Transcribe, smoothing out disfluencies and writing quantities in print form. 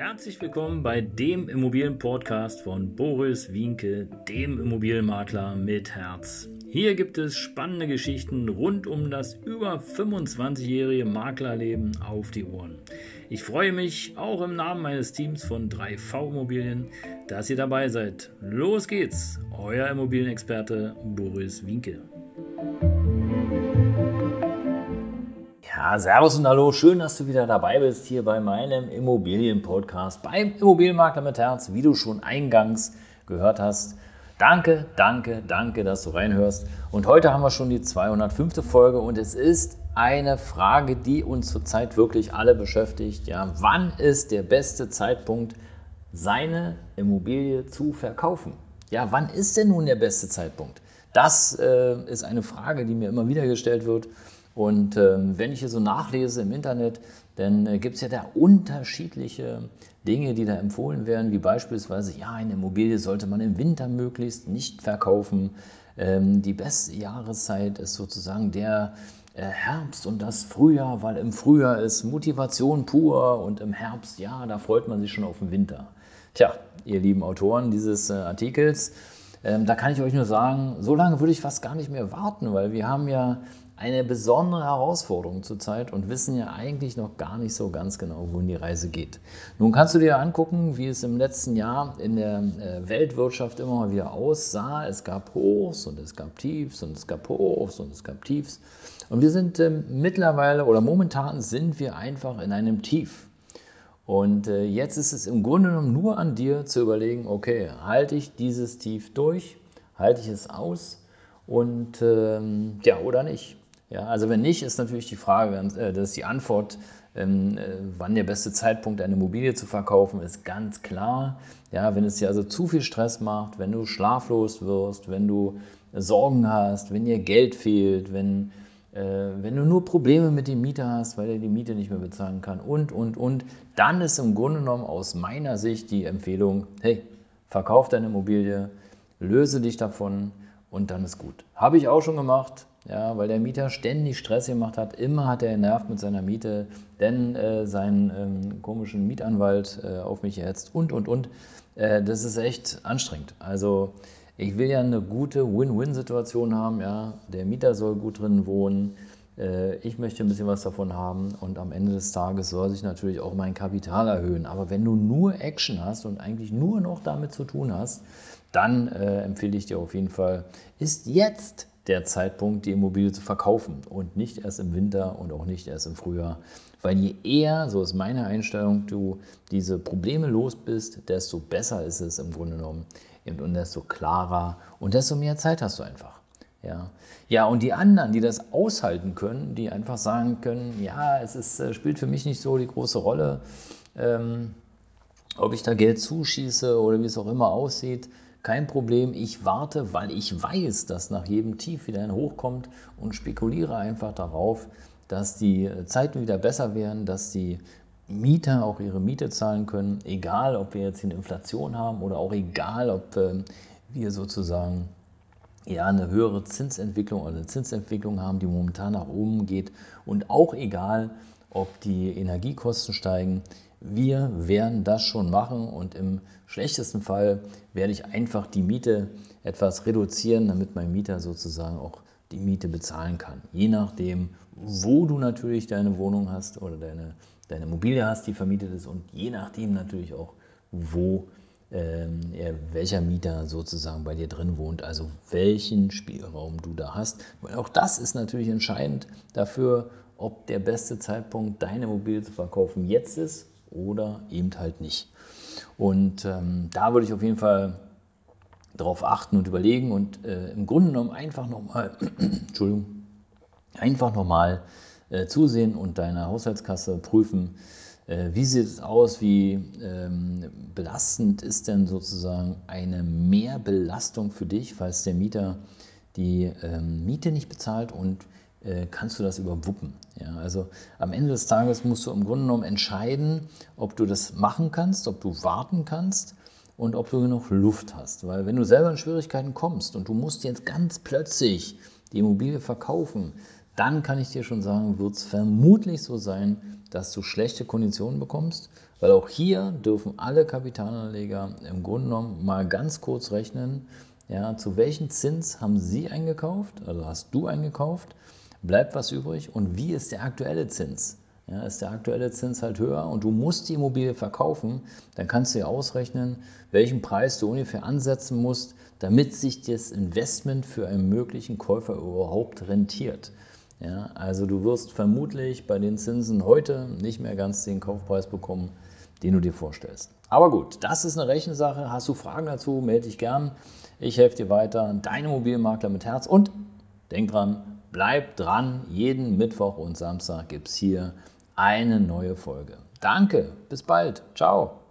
Herzlich willkommen bei dem Immobilienpodcast von Boris Wienke, dem Immobilienmakler mit Herz. Hier gibt es spannende Geschichten rund um das über 25-jährige Maklerleben auf die Ohren. Ich freue mich auch im Namen meines Teams von 3V Immobilien, dass ihr dabei seid. Los geht's, euer Immobilienexperte Boris Wienke. Ja, servus und hallo, schön, dass du wieder dabei bist hier bei meinem Immobilienpodcast, beim Immobilienmakler mit Herz, wie du schon eingangs gehört hast. Danke, dass du reinhörst. Und heute haben wir schon die 205. Folge und es ist eine Frage, die uns zurzeit wirklich alle beschäftigt. Ja, wann ist der beste Zeitpunkt, seine Immobilie zu verkaufen? Ja, wann ist denn nun der beste Zeitpunkt? Das ist eine Frage, die mir immer wieder gestellt wird. Und wenn ich hier so nachlese im Internet, dann gibt es ja da unterschiedliche Dinge, die da empfohlen werden, wie beispielsweise, ja, eine Immobilie sollte man im Winter möglichst nicht verkaufen. Die beste Jahreszeit ist sozusagen der Herbst und das Frühjahr, weil im Frühjahr ist Motivation pur und im Herbst, ja, da freut man sich schon auf den Winter. Tja, ihr lieben Autoren dieses Artikels, da kann ich euch nur sagen, so lange würde ich fast gar nicht mehr warten, weil wir haben ja eine besondere Herausforderung zurzeit und wissen ja eigentlich noch gar nicht so ganz genau, wohin die Reise geht. Nun kannst du dir angucken, wie es im letzten Jahr in der Weltwirtschaft immer mal wieder aussah. Es gab Hochs und es gab Tiefs und es gab Hochs und es gab Tiefs. Und wir sind mittlerweile oder momentan sind wir einfach in einem Tief. Und jetzt ist es im Grunde genommen nur an dir zu überlegen, okay, halte ich dieses Tief durch, halte ich es aus und ja, oder nicht. Ja, also wenn nicht, ist natürlich die Frage, das ist die Antwort, wann der beste Zeitpunkt, eine Immobilie zu verkaufen, ist ganz klar. Ja, wenn es dir also zu viel Stress macht, wenn du schlaflos wirst, wenn du Sorgen hast, wenn dir Geld fehlt, wenn du nur Probleme mit dem Mieter hast, weil er die Miete nicht mehr bezahlen kann und, dann ist im Grunde genommen aus meiner Sicht die Empfehlung, hey, verkauf deine Immobilie, löse dich davon und dann ist gut. Habe ich auch schon gemacht, ja, weil der Mieter ständig Stress gemacht hat, immer hat er genervt mit seiner Miete, denn seinen komischen Mietanwalt auf mich erhetzt und. Das ist echt anstrengend. Also ich will ja eine gute Win-Win-Situation haben. Ja. Der Mieter soll gut drin wohnen, ich möchte ein bisschen was davon haben und am Ende des Tages soll sich natürlich auch mein Kapital erhöhen. Aber wenn du nur Action hast und eigentlich nur noch damit zu tun hast, dann empfehle ich dir auf jeden Fall, ist jetzt der Zeitpunkt, die Immobilie zu verkaufen und nicht erst im Winter und auch nicht erst im Frühjahr. Weil je eher, so ist meine Einstellung, du diese Probleme los bist, desto besser ist es im Grunde genommen und desto klarer und desto mehr Zeit hast du einfach. Ja, und die anderen, die das aushalten können, die einfach sagen können, ja, spielt für mich nicht so die große Rolle, ob ich da Geld zuschieße oder wie es auch immer aussieht, kein Problem, ich warte, weil ich weiß, dass nach jedem Tief wieder ein Hoch kommt und spekuliere einfach darauf, dass die Zeiten wieder besser werden, dass die Mieter auch ihre Miete zahlen können, egal ob wir jetzt eine Inflation haben oder auch egal ob wir sozusagen ja, eine höhere Zinsentwicklung oder eine Zinsentwicklung haben, die momentan nach oben geht und auch egal, ob die Energiekosten steigen. Wir werden das schon machen und im schlechtesten Fall werde ich einfach die Miete etwas reduzieren, damit mein Mieter sozusagen auch die Miete bezahlen kann. Je nachdem, wo du natürlich deine Wohnung hast oder deine Immobilie hast, die vermietet ist und je nachdem natürlich auch, welcher Mieter sozusagen bei dir drin wohnt, also welchen Spielraum du da hast. Weil auch das ist natürlich entscheidend dafür, ob der beste Zeitpunkt, deine Immobilie zu verkaufen, jetzt ist oder eben halt nicht. Und da würde ich auf jeden Fall darauf achten und überlegen und im Grunde genommen einfach nochmal, zusehen und deine Haushaltskasse prüfen. Wie sieht es aus, wie belastend ist denn sozusagen eine Mehrbelastung für dich, falls der Mieter die Miete nicht bezahlt und kannst du das überwuppen? Ja, also am Ende des Tages musst du im Grunde genommen entscheiden, ob du das machen kannst, ob du warten kannst und ob du genug Luft hast. Weil wenn du selber in Schwierigkeiten kommst und du musst jetzt ganz plötzlich die Immobilie verkaufen, dann kann ich dir schon sagen, wird es vermutlich so sein, dass du schlechte Konditionen bekommst, weil auch hier dürfen alle Kapitalanleger im Grunde genommen mal ganz kurz rechnen, ja, zu welchem Zins haben sie eingekauft, also hast du eingekauft, bleibt was übrig und wie ist der aktuelle Zins? Ja, ist der aktuelle Zins halt höher und du musst die Immobilie verkaufen, dann kannst du dir ausrechnen, welchen Preis du ungefähr ansetzen musst, damit sich das Investment für einen möglichen Käufer überhaupt rentiert. Ja, also du wirst vermutlich bei den Zinsen heute nicht mehr ganz den Kaufpreis bekommen, den du dir vorstellst. Aber gut, das ist eine Rechensache. Hast du Fragen dazu, melde dich gern. Ich helfe dir weiter. Dein Immobilienmakler mit Herz. Und denk dran, bleib dran. Jeden Mittwoch und Samstag gibt es hier eine neue Folge. Danke, bis bald. Ciao.